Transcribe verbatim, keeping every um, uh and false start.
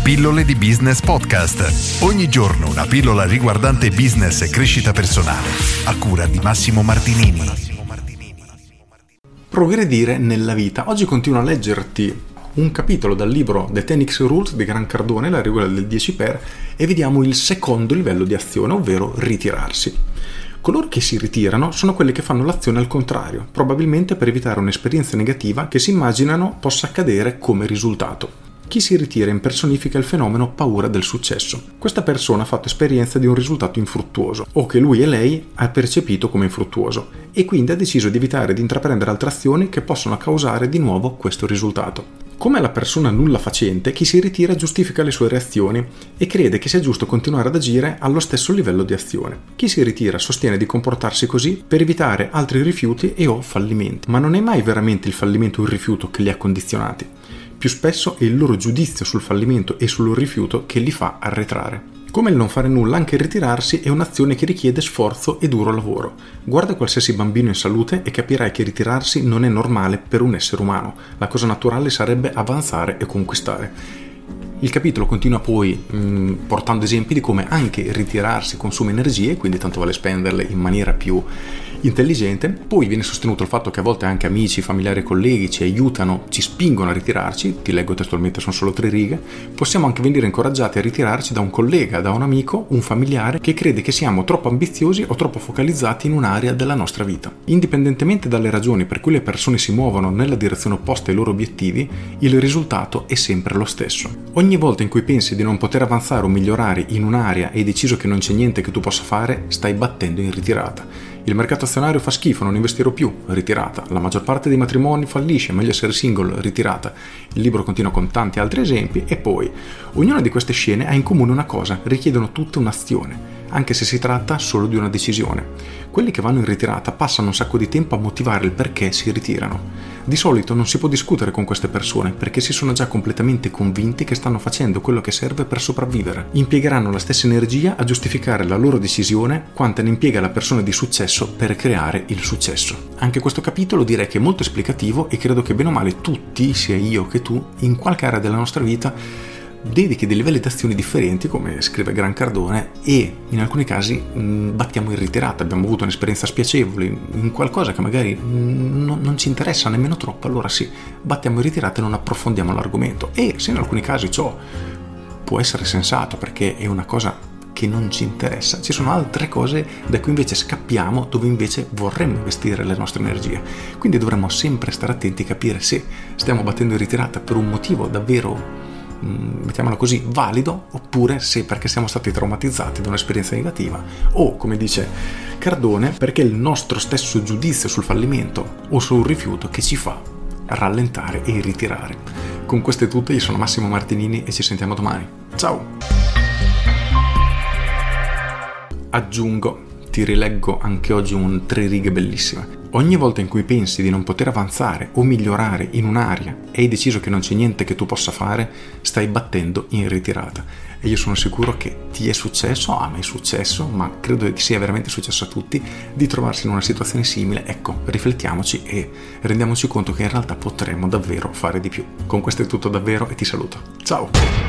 Pillole di Business Podcast. Ogni giorno una pillola riguardante business e crescita personale. A cura di Massimo Martinini. Progredire nella vita. Oggi continuo a leggerti un capitolo dal libro The ten X Rules di Grant Cardone, la regola del dieci per, e vediamo il secondo livello di azione, ovvero ritirarsi. Coloro che si ritirano sono quelli che fanno l'azione al contrario, probabilmente per evitare un'esperienza negativa che si immaginano possa accadere come risultato. Chi si ritira impersonifica il fenomeno paura del successo. Questa persona ha fatto esperienza di un risultato infruttuoso, o che lui e lei ha percepito come infruttuoso, e quindi ha deciso di evitare di intraprendere altre azioni che possono causare di nuovo questo risultato. Come la persona nulla facente, chi si ritira giustifica le sue reazioni e crede che sia giusto continuare ad agire allo stesso livello di azione. Chi si ritira sostiene di comportarsi così per evitare altri rifiuti e o fallimenti, ma non è mai veramente il fallimento o il rifiuto che li ha condizionati. Più spesso è il loro giudizio sul fallimento e sul rifiuto che li fa arretrare. Come il non fare nulla, anche il ritirarsi è un'azione che richiede sforzo e duro lavoro. Guarda qualsiasi bambino in salute e capirai che ritirarsi non è normale per un essere umano. La cosa naturale sarebbe avanzare e conquistare. Il capitolo continua poi mh, portando esempi di come anche ritirarsi consuma energie, quindi tanto vale spenderle in maniera più intelligente. Poi viene sostenuto il fatto che a volte anche amici, familiari e colleghi ci aiutano, ci spingono a ritirarci. Ti leggo testualmente, sono solo tre righe. Possiamo anche venire incoraggiati a ritirarci da un collega, da un amico, un familiare che crede che siamo troppo ambiziosi o troppo focalizzati in un'area della nostra vita. Indipendentemente dalle ragioni per cui le persone si muovono nella direzione opposta ai loro obiettivi, il risultato è sempre lo stesso. Ogni volta in cui pensi di non poter avanzare o migliorare in un'area e hai deciso che non c'è niente che tu possa fare, stai battendo in ritirata. Il mercato azionario fa schifo, non investirò più, ritirata. La maggior parte dei matrimoni fallisce, meglio essere single, ritirata. Il libro continua con tanti altri esempi e poi ognuna di queste scene ha in comune una cosa: richiedono tutta un'azione, anche se si tratta solo di una decisione. Quelli che vanno in ritirata passano un sacco di tempo a motivare il perché si ritirano. Di solito non si può discutere con queste persone perché si sono già completamente convinti che stanno facendo quello che serve per sopravvivere. Impiegheranno la stessa energia a giustificare la loro decisione quanta ne impiega la persona di successo per creare il successo. Anche questo capitolo direi che è molto esplicativo e credo che bene o male tutti, sia io che tu, in qualche area della nostra vita dedichi dei livelli di azioni differenti, come scrive Grant Cardone, e in alcuni casi mh, battiamo in ritirata. Abbiamo avuto un'esperienza spiacevole in qualcosa che magari mh, non, non ci interessa nemmeno troppo, allora sì, battiamo in ritirata e non approfondiamo l'argomento. E se in alcuni casi ciò può essere sensato perché è una cosa che non ci interessa, ci sono altre cose da cui invece scappiamo, dove invece vorremmo investire le nostre energie. Quindi dovremmo sempre stare attenti e capire se stiamo battendo in ritirata per un motivo davvero, mettiamola così, valido, oppure se perché siamo stati traumatizzati da un'esperienza negativa, o come dice Cardone, perché è il nostro stesso giudizio sul fallimento o sul rifiuto che ci fa rallentare e ritirare. Con questo è tutto, io sono Massimo Martinini e ci sentiamo domani. Ciao! Aggiungo, ti rileggo anche oggi un tre righe bellissime. Ogni volta in cui pensi di non poter avanzare o migliorare in un'area e hai deciso che non c'è niente che tu possa fare, stai battendo in ritirata. E io sono sicuro che ti è successo, a me è successo, ma credo che sia veramente successo a tutti, di trovarsi in una situazione simile. Ecco, riflettiamoci e rendiamoci conto che in realtà potremmo davvero fare di più. Con questo è tutto davvero e ti saluto. Ciao!